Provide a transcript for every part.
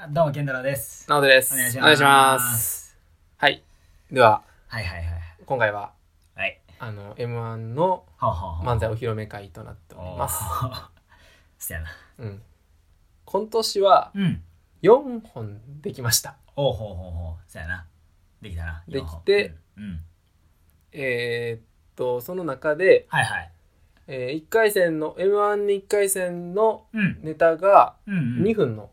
どうも健太郎です。 直人です。 お願いします。 お願いします。はい。では、 はいはいはい。 今回は、 はい。 M1 の漫才お披露目会となっております。 そやな。 うん。今年は4本できました。 ほう。そやな。できたな。 できて、その中で、 はいはい。 1回戦の M1 1回戦のネタが2分の、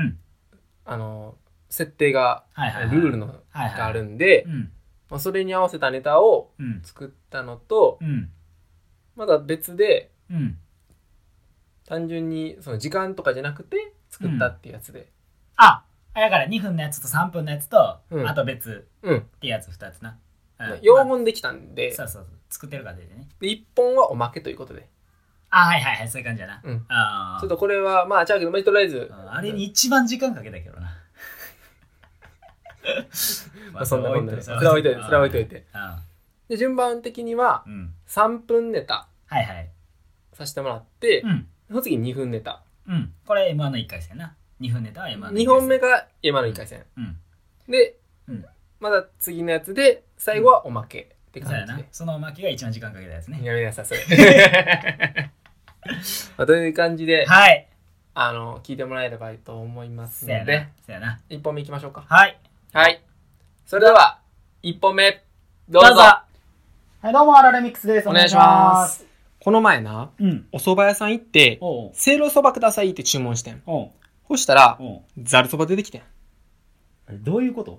設定が、ルールのがあるんで、それに合わせたネタを作ったのと、まだ別で、単純にその時間とかじゃなくて作ったっていうやつで、 だから2分のやつと3分のやつと、あと別ってやつ2つな。 4本できたんで、 そう作ってるからでね。 で1本はおまけということで、 はい、そういう感じやな。 ちょっとこれはまあちゃうけど、とりあえずあれに一番時間かけたけどな。 そんなもんだね。それは置いといて。で順番的には3分ネタさせてもらって、その次2分ネタ。 これ M1 の1回戦な。2分ネタは M1 の1回戦。 2本目が M1 の1回戦。で、まだ次のやつで最後はおまけって感じで。 そのおまけが一番時間かけたやつね。 やめなさいそれ。という感じで、聞いてもらえればいいと思いますので、1本目いきましょうか。はい。それでは1本目どうぞ。 はい、どうもアラレミックスです。 お願いします。この前な、お蕎麦屋さん行って、せいろそばくださいって注文してん。そしたら、ざるそば出てきてん。 どういうこと？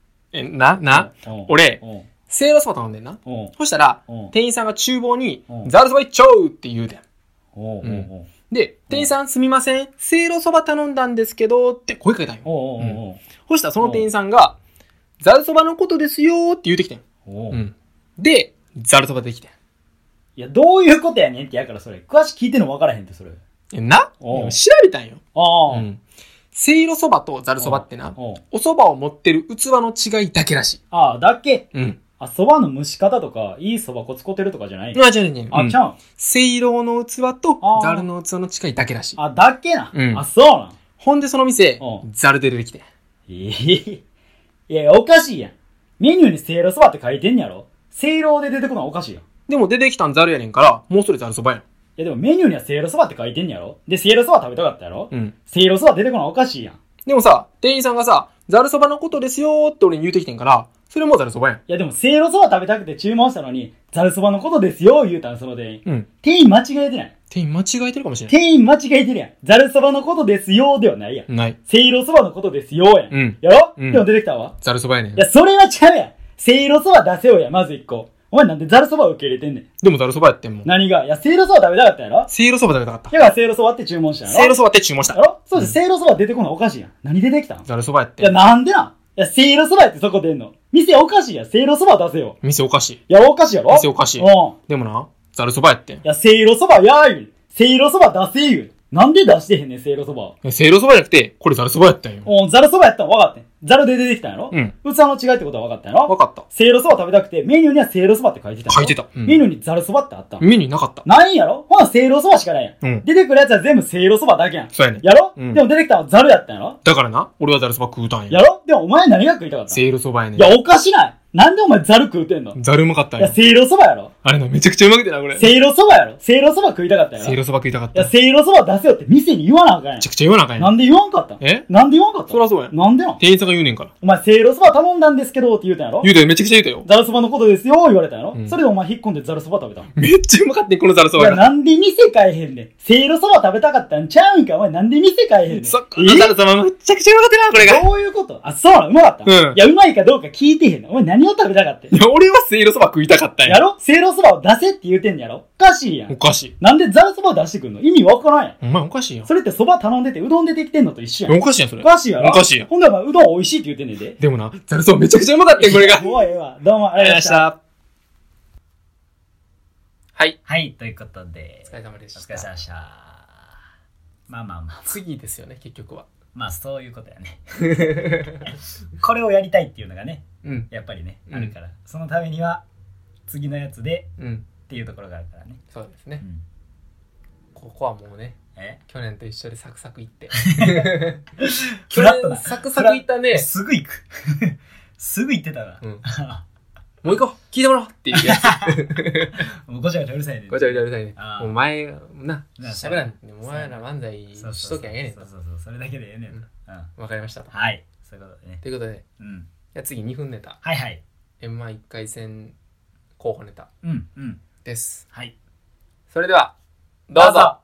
俺、せいろそば頼んでんな。そしたら、店員さんが厨房に、ざるそばいっちゃうって言うてん。で、店員さんすみません、せいろそば頼んだんですけどって声かけたんよ。そしたらその店員さんが、ざるそばのことですよーって言うてきてん。で、ざるそばできてん。 いや、どういうことやねんってやからそれ。詳しく聞いてんの分からへんってそれ。 調べたんよ。せいろそばとざるそばってな、お蕎麦を持ってる器の違いだけらしい。 だけ？蕎麦の蒸し方とか、いい蕎麦コツコてるとかじゃない？ 違う。 ちゃう。 せいろの器とざるの器の違いだけらしい。 だけな。そうなん。 ほんでその店、ざるで出てきて。 いや、おかしいやん。メニューにせいろそばって書いてんやろ？せいろで出てくるのはおかしいやん。 でも出てきたんざるやねんから、もうそれざるそばやん。 いやでもメニューにはせいろそばって書いてんやろ？で、せいろそば食べたかったやろ？せいろそば出てくるのはおかしいやん。 でもさ、店員さんがさ、ざるそばのことですよーって俺に言うてきてんから、それもざるそばやん。 いやでもせいろそば食べたくて注文したのに、ざるそばのことですよー言うたんその店員。店員間違えてない。 店員間違えてるかもしれない。 店員間違えてるやん。ざるそばのことですよーではないやん。 ない。 せいろそばのことですよーやん。やろ？でも出てきたわ。 ざるそばやねん。 いや、それはちゃうやん。せいろそば出せよや、まず一個。お前なんでざるそばを受け入れてんねん。 でもざるそばやってんもん。 何が？いや、せいろそば食べたかったやろ？ せいろそば食べたかった。 だからせいろそばって注文したやろ？ せいろそばって注文した。 やろ？そうです、せいろそば出てこんのおかしいやん。何出てきたん？ ざるそばやって。 いや、なんでなん？いや、せいろそばやってそこ出んの。店おかしいやん。せいろそば出せよ。 店おかしい。 いや、おかしいやろ？ 店おかしい。でもな、ざるそばやってん。 いや、せいろそばやー言う。せいろそば出せ言う。なんで出してへんねん、せいろそば。 せいろそばじゃなくて、これざるそばやったんよ。 ざるそばやったん分かってん。ざるで出てきたんやろ？器の違いってことは分かったんやろ？ 分かった。 せいろそば食べたくて、メニューにはせいろそばって書いてたんやろ？ 書いてた。 メニューにざるそばってあったん？ メニューなかった。 ないんやろ？ほな、せいろそばしかないやん。出てくるやつは全部せいろそばだけやん。 そうやねん。 やろ？でも出てきたのはざるやったんやろ？ だからな、俺はざるそば食うたんや。 やろ？でもお前何が食いたかったん？ せいろそばやねん。 いや、おかしない。なんでお前ざる食うてんの？ ざるうまかったんや。 いや、せいろそばやろ？ あれな、めちゃくちゃうまくてな、これ。 せいろそばやろ？せいろそば食いたかったやろ？ せいろそば食いたかった。 いや、せいろそば出せよって店に言わなあかんやん。 めちゃくちゃ言わなあかんやん。 なんで言わんかったん？なんで言わんかったん？ そらそうやん。 なんでなん？ 店員さんが言うねんから。 お前、せいろそば頼んだんですけどって言うたんやろ？ 言うたよ、めちゃくちゃ言うたよ。 ざるそばのことですよ言われたんやろ？それでお前引っ込んでざるそば食べたん？ めっちゃうまかってん、このざるそばが。 いや、なんで店変えへんねん。せいろそば食べたかったんちゃうんか？お前なんで店変えへんねん。 そっか、ざるそばめちゃくちゃうまかってな、これが。 どういうこと？そうなの？うまかった？いや、うまいかどうか聞いてへんの。お前何を食べたかってん？ いや、俺はせいろそば食いたかったんや。 やろ？せいろそばを出せって言うてんやろ？おかしいやん。 おかしい。 なんでざるそば出してくんの？意味わからんやん。 お前おかしいやん。 それってそば頼んでてうどん出てきてんのと一緒やん。 おかしいやん、それ。 おかしいやろ？ おかしいやん。 ほんでお前うどん美味しいって言うてんねんで。 でもな、ざるそばめちゃくちゃうまかったん、これが。 もうええわ。どうもありがとうございました。 はい。 はい、ということで。 お疲れ様でした。 お疲れ様でした。まあ。 次ですよね、結局は。 まあ、そういうことやね。これをやりたいっていうのがね、やっぱりね、あるから。そのためには、次のやつで、っていうところがあるからね。 そうですね。ここはもうね、 去年と一緒でサクサクいって去年サクサクいったね。 すぐ行くすぐ行ってたな、 もう行こう聞いてもらおうっていうやつもうごちゃごちゃうるさいね。 ごちゃごちゃうるさいね。もう前な喋らんね。お前ら漫才しときゃええねんと。 そうそれだけでええねん。 わかりました。 はい、そういうことでね。 ということで、じゃあ次2分ネタ。 はいはい。 M11 回戦候補ネタです。 はい。 それではどうぞ。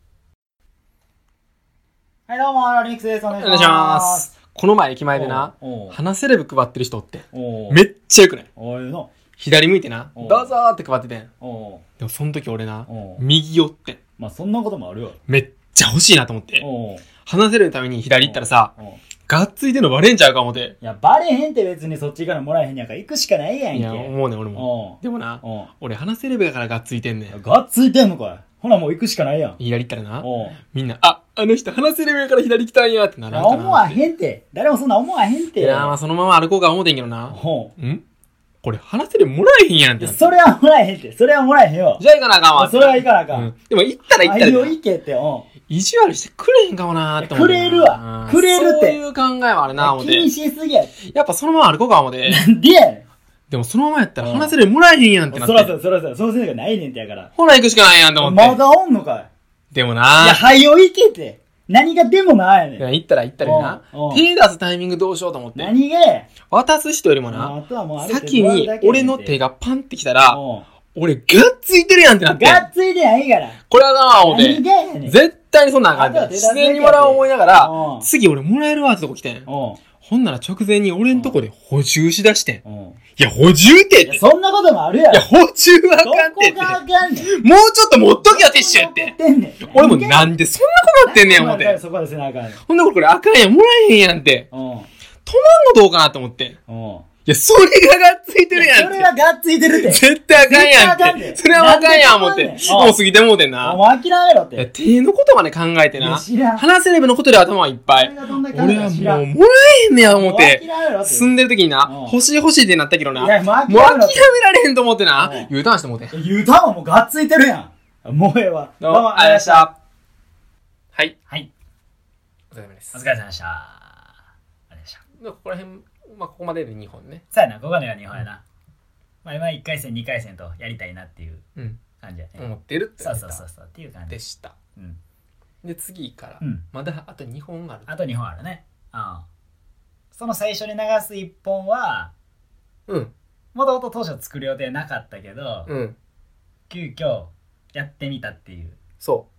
はいどうも、リミックスです。お願いします。 この前駅前でな、花セレブ配ってる人おって、めっちゃよくない？左向いてな、どうぞーって配っててん。でもその時俺な、右寄ってん。 まあそんなこともあるよ。 めっちゃ欲しいなと思って。花セレブのために左行ったらさ、がっついてんのバレんちゃうか思って。 いや、バレへんって別にそっちからもらえへんやから行くしかないやんけ。 いや、思うね俺も。でもな、俺花セレブやからがっついてんねん。 がっついてんのかい？ほなもう行くしかないやん。 左行ったらな、みんな、あの人花セレブやから左来たんやってならんかな。 思わへんって。誰もそんな思わへんって。 いや、まあそのまま歩こうか思うてんけどな。これ花セレブもらえへんやんって。 それはもらえへんって。それはもらえへんよ。 じゃあ行かなあかんわ。 それは行かなあかん。 でも行ったら行ったら。 あいよ行けって、 意地悪してくれへんかもなーって思う。 くれるわ。くれるって。 そういう考えはあるな思って。 気にしすぎや。 やっぱそのまま歩こうか思って。 なんでやねん。 でもそのままやったら花セレブもらえへんやんってなって。 そらそうせんがないねんってやから。 ほら行くしかないやんと思って。 まだおんのかい。 でもな。 いや、はよ行けって。何がでもないねん。 行ったらな。手出すタイミングどうしようと思って。 何がや。 渡す人よりもな。先に俺の手がパンってきたら、俺ガッついてるやんってなって。 ガッついてないから。 これはな思って。絶対にそんなんあかんって。自然にもらおう思いながら、次俺もらえるわってとこ来てん。ほんなら直前に俺んとこで補充しだしてん。いや、補充って。 そんなこともあるやろ。 いや、補充はあかんってって。もうちょっと持っときよ、ティッシュって。俺もなんでそんなことなってんねん、思って。ほんならこれあかんやん、もらえへんやんって。止まんのどうかなと思って。いや、それががっついてるやんって。 それはがっついてるって。 絶対あかんやんって。それはあかんやん、思って。もう過ぎてもうてんな。 もう諦めろって。 手のことまで考えてな。話せレベのことで頭はいっぱい。俺はもう、もらえへんねや、思って。住んでる時にな、欲しいってなったけどな。もう諦められへんと思ってな。U ターンしてもうて。 U ターンはもうがっついてるやん。もうええわ。 どうも、ありがとうございました。はい。 はい。 お疲れ様です。 お疲れ様でした。ありでした。 ここら辺、まあ、ここまでで2本ね。 そうやな、ここまでは2本やな。まあ、今1回戦、2回戦とやりたいなっていう感じやね。 思ってるってそうっていう感じでした。で、次から、まだあと2本ある。 あと2本あるね。その最初に流す1本は、もともと当初作る予定なかったけど、急遽やってみたっていう。 そう。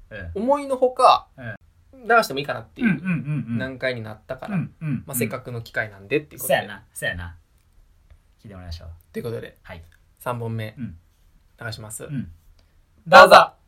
思いのほか、流してもいいかなっていう段階になったから、まあせっかくの機会なんでっていうことで。 そうやな。聞いてもらいましょう。 ということで、3本目、流します。 どうぞ。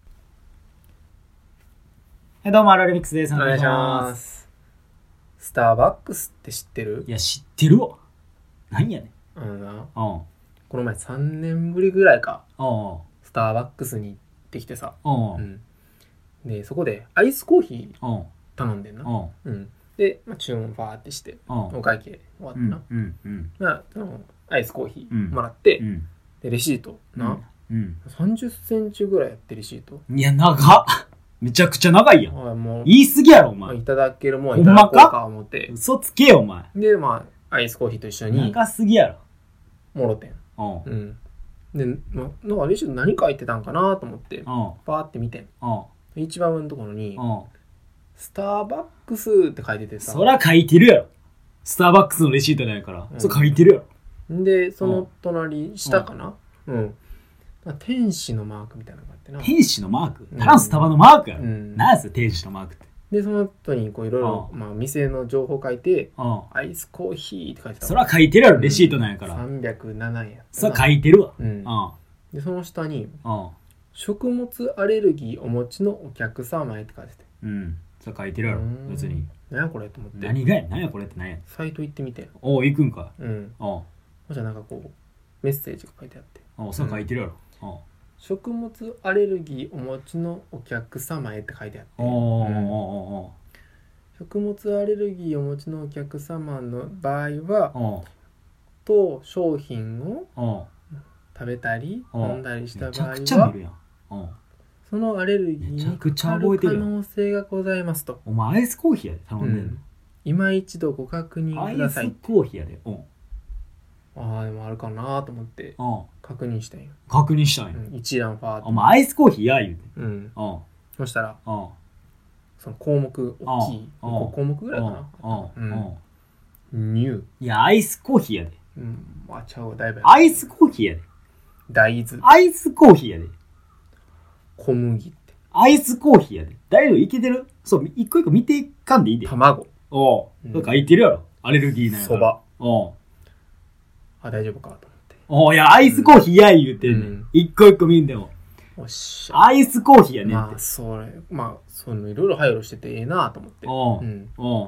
どうも、アロレミックスです。 お願いします。スターバックスって知ってる？ いや、知ってるわ。何やねん。この前3年ぶりぐらいか。スターバックスに行ってきてさ。で、そこでアイスコーヒー頼んでんな。で、注文ファーってして、お会計終わってな。アイスコーヒーもらって、で、レシートな。30センチぐらいやってレシート。 いや、長っ。めちゃくちゃ長いやん。言い過ぎやろ、お前。 いただけるもんいただこうか思って。 嘘つけよ、お前。 で、アイスコーヒーと一緒に。 長すぎやろ。 もろてん。で、なんかレシート何書いてたんかなと思って、パーって見てん。一番上のところに、スターバックスって書いててさ。 そら書いてるやろ。スターバックスのレシートないから。それ書いてるやろ。で、その隣、下かな？天使のマークみたいなのがあってな。 天使のマーク？ただのスタバのマークやろ。何やつ天使のマークって。 で、その後にいろいろ店の情報書いて、アイスコーヒーって書いてた。 そら書いてるやろ、レシートなんやから。 307円やった。 そら書いてるわ。 で、その下に、食物アレルギーお持ちのお客様へって書いてて。それ書いてるやろ、別に。 何やこれと思って。 何がや何やこれって何や。 サイト行ってみて。 行くんか。 そしたらなんかこう、メッセージが書いてあって。 それ書いてるやろ。 食物アレルギーお持ちのお客様へって書いてあって。食物アレルギーお持ちのお客様の場合は、当商品を食べたり飲んだりした場合は、 そのアレルギーにかかる可能性がございますと。 お前アイスコーヒーやで頼んでんの、 今一度ご確認ください。 アイスコーヒーやで。 ああ、でもあるかなと思って確認したんよ。 確認したんよ。 一覧ファーって。 お前アイスコーヒーや言うて。 そしたら、その項目大きい5項目ぐらいかな。ニュー。 いや、アイスコーヒーやで。 まあちゃうわ、だいぶ。 アイスコーヒーやで。 大豆。 アイスコーヒーやで。 小麦って。 アイスコーヒーやで。大丈夫いけてる？そう、一個一個見ていかんでいいで。 卵。 書いてるやろ。アレルギーなんやから。 そば。あ、大丈夫かと思って。 いや、アイスコーヒーや言うてんねん。一個一個見んでも。 おっしゃ。 アイスコーヒーやねんって。 そのいろいろ配慮しててええなと思って。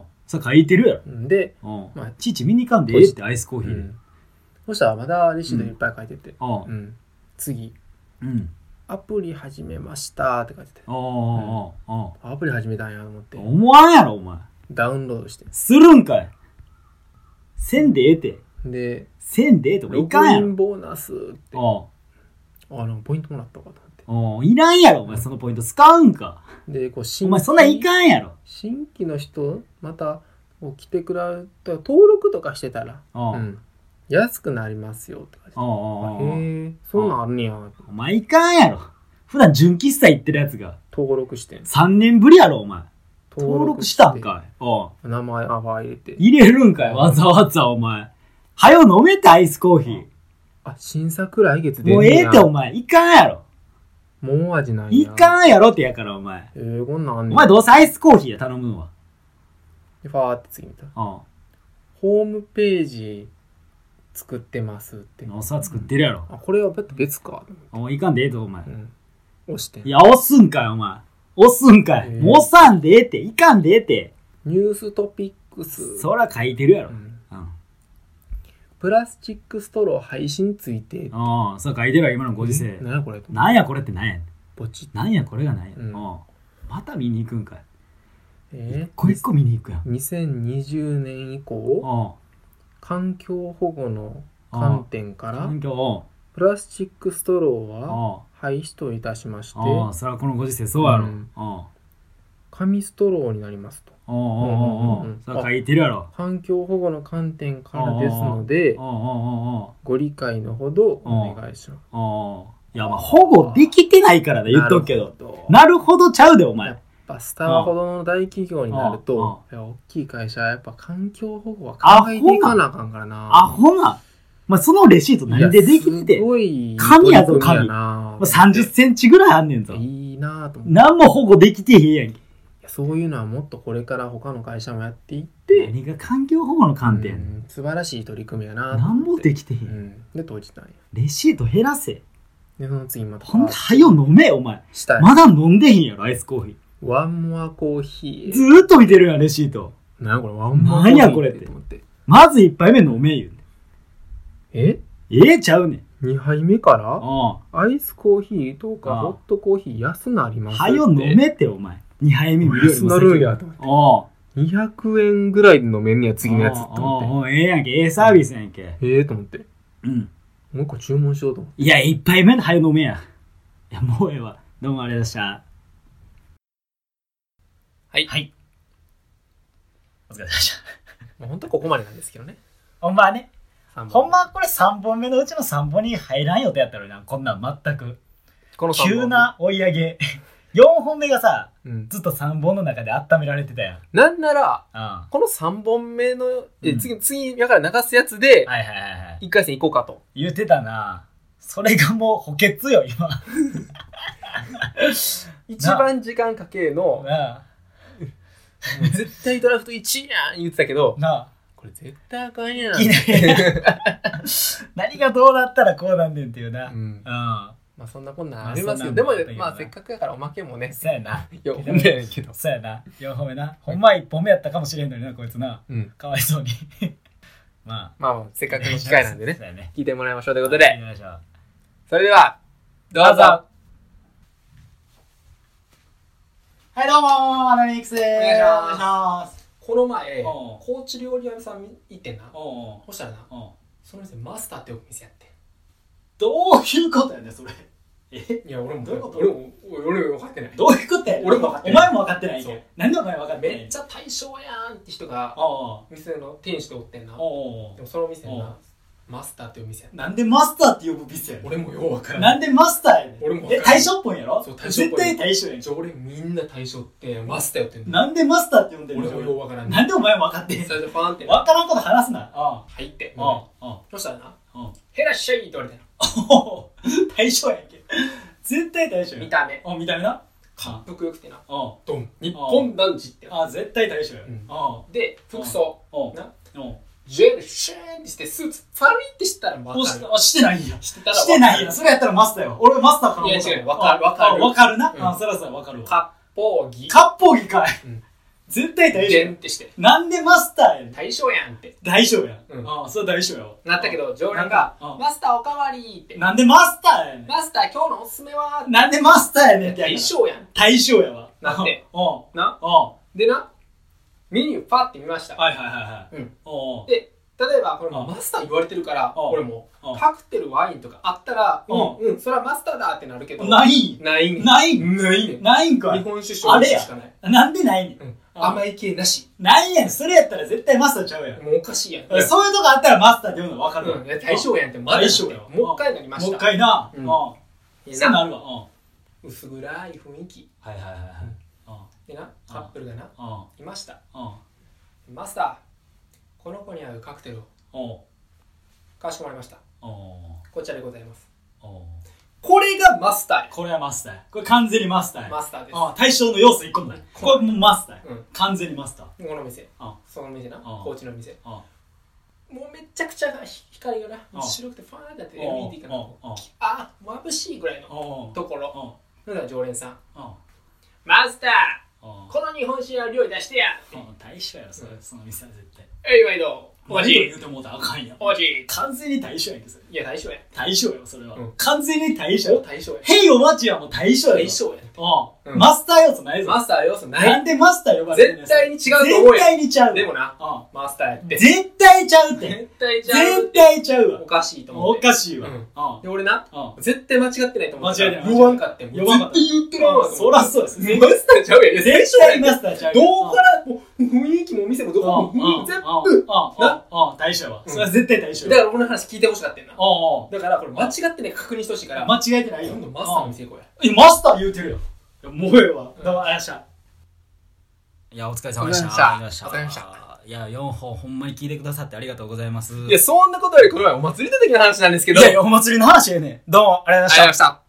それ書いてるやろ。 で、 父見に行かんでええってアイスコーヒーで。 そしたらまだレシートいっぱい書いてて。次。アプリ始めましたって書いてて。アプリ始めたんやと思って。 思わんやろ、お前。 ダウンロードして。 するんかい。せんでええて。 で、 せんでええとかいかんやろ。 ログインボーナスって。なんかポイントもらったかと思って。いらんやろ、お前そのポイント使うんか。 で、 お前そんないかんやろ。 新規の人、また来てくれた登録とかしてたら、安くなりますよって感じ。へえ、そんなんあるんや。 お前いかんやろ。普段純喫茶行ってるやつが。 登録してん。 3年ぶりやろ、お前。登録したんかい。 名前入れて。 入れるんかい、わざわざお前。はよ飲めてアイスコーヒー。 新作来月で。もうええってお前、いかんやろ。 もう味ないや。いかんやろってやからお前。 こんなんあんねん。 お前どうせアイスコーヒーや頼むんわ。 で、ファーって次見た。ホームページ作ってますって。 さ作ってるやろ。 これは別か。 いかんでええとお前。 押してん。 いや、押すんかいお前。押すんかい。もう押さんでええって。いかんでええって。 ニューストピックス。 そら書いてるやろ。 プラスチックストロー配信ついて。 そう書いてるわ、今のご時世。 なんやこれ。 なんやこれってなんや。 ポチ。 なんやこれがなんや。また見に行くんかい。一個見に行くやん。 2020年以降、環境保護の観点から、プラスチックストローは廃止といたしまして、 それはこのご時世そうやろ。 紙ストローになりますと。 それ書いてるやろ。 環境保護の観点からですので、ご理解のほどお願いします。 いや、保護できてないからだ、言っとくけど。なるほどちゃうで、お前。 スタバほどの大企業になると、大きい会社はやっぱ環境保護は考えていかなあかんからな。 アホな。そのレシート何でできてて。 すごい。 紙やぞ、紙。30センチぐらいあんねんぞ。 いいなぁと思って。 何も保護できてへんやんけ。 そういうのはもっとこれから他の会社もやっていって。 何が環境保護の観点。 素晴らしい取り組みやなぁ。 何もできてへん。 で、閉じたんや。 レシート減らせ。 で、その次また。 ほんと、はよ飲め、お前。まだ飲んでへんやろ、アイスコーヒー。 ワンモアコーヒー。 ずーっと見てるやん、レシート。 なんやこれ、ワンモアコーヒー。 なんやこれって。まず1杯目飲め言うね。ちゃうねん。 2杯目からアイスコーヒーとかホットコーヒー安なりますって。 はよ飲めって、お前。2杯目見るよりも安なるんやと思って。200円ぐらいで飲めんねや、次のやつと思って。 やんけ、サービスやんけ。 と思って。もう一個注文しようと思って。 いや、1杯目のはよ飲めや。いや、もうええわ。どうもありがとうございました。はい。お疲れ様でした。 本当はここまでなんですけどね。 ほんまはね。ほんまはこれ3本目のうちの3本に入らん予定やったのにな。こんなん全く。この急な追い上げ。4本目がさ、ずっと3本の中で温められてたやん。 なんなら、この3本目の、次、だから流すやつで、1回戦行こうかと。 言ってたな。それがもう補欠よ、今。 一番時間かけの、絶対ドラフト1位やん言ってたけど、これ絶対あかんやん。 何がどうなったらこうなんねんっていうな。 そんなこんなんありますけど、でもせっかくやからおまけもね。 そうやな。 4本目やけど。 そうやな。4本目な。ほんま1本目やったかもしれんのにな、こいつな。かわいそうに。 せっかくの機会なんでね。聞いてもらいましょうということで。それでは、 どうぞ。はい、どうもー、アナリックスです。お願いします。 この前、高知料理屋さん行ってんな。そしたらな、その店マスターってよく店やって。 どういうことやねん、それ。 いや、俺も、 どういうこと？ 俺も分かってない。 どういうことや？ 俺も分かってない。 お前も分かってないんや。なんでお前分かってない？ めっちゃ対象やんって人が、店の店主でおってんな。でもその店な、マスターっていう店や。 なんでマスターって呼ぶ店や？ 俺もよう分からない。なんでマスターやねん。 俺も大将っぽいんやろ？ そう、大将っぽい。 絶対大将やん。 俺みんな大将ってマスターやってんの。 なんでマスターって呼んでるの？ 俺もよう分からん。 なんでお前も分かってんの？ 最初ファンって分からんこと話すな。 入って。そしたらな、ヘラッシャイって言われたよ。大将やんけ。絶対大将やん。 見た目。 見た目な。 かっこよくてな。ドン。日本男児って。 絶対大将やん。 で、服装。な。ジェルシェーンってしてスーツパリってしたら分かる。 してないやん。してないやん。それやったらマスターよ。俺マスターかな。 いや違う。分かる。 分かるな。そらそら分かるわ。 割烹着。 割烹着かい。絶対大将やん。 ってして。 なんでマスターやん。 大将やんって。 大将やん。それ大将やわ。 なったけど、常連が、マスターおかわりって。 なんでマスターやねん。 マスター今日のおすすめはなんでマスターやねんって。 大将やん。 大将やわ。 なって。な。でな、メニューパって見ました。 はいはいはいはい。 で、例えばこれマスター言われてるから、俺もカクテルワインとかあったら、それはマスターだってなるけど。 ないねんか。日本酒しかない。 なんでないねん。 甘い系なし。 ないやん。それやったら絶対マスターちゃうやん。 もうおかしいやん。 そういうとこあったらマスターって言うの分かる。 大将やんって大将やん。もう一回なりました。 もう一回な。そうなるわ。 薄暗い雰囲気。 はいはいはいはい。 でな、カップルがな、いました。マスター、この子に合うカクテルをかしこまりました。こちらでございます。これがマスターや。 これはマスター。これ完全にマスターや。 マスターです。 対象の要素1個もない。これもマスターや。完全にマスター。 この店。その店な。高知の店。もうめっちゃくちゃ光がな、白くてファーってやって LED かな。眩しいぐらいのところ。それでは常連さん。マスター、この日本酒は料理出してや。 大将やろ、その店は絶対。 毎度。お待ち。 言うてもうたらあかんやん。 お待ち。 完全に大将やんけ、それ。 いや、大将や。 大将やそれは。完全に大将や。 大将や。 へいお待ちはもう大将や。 大将や。 マスター要素ないぞ。 マスター要素ない。 なんでマスター呼ばれてんの？ 絶対に違うと思う絶対にちゃう。 でもな、マスターやって。 絶対ちゃうって。絶対ちゃうわ。 おかしいと思う。 おかしいわ。 で、俺な、絶対間違ってないと思う。 間違えない。 言わんかって。絶対言ってるわ。 そらそうです。 マスターちゃうやん。 絶対マスターちゃう。 どうからも雰囲気も店もどこも全部。 大将は。それは絶対大将。 だから俺の話聞いてほしかったんな。だからこれ間違ってない確認してほしいから。 間違えてないよ。 今度マスターの店行こうや。マスター言うてるよ。もうええわ。どうもありがとうございました。いや、お疲れ様でした。お疲れ様でした。いや、4本ほんまに聞いてくださってありがとうございます。 いや、そんなことよりこれはお祭りの時の話なんですけど。 いやいや、お祭りの話やね。どうもありがとうございました。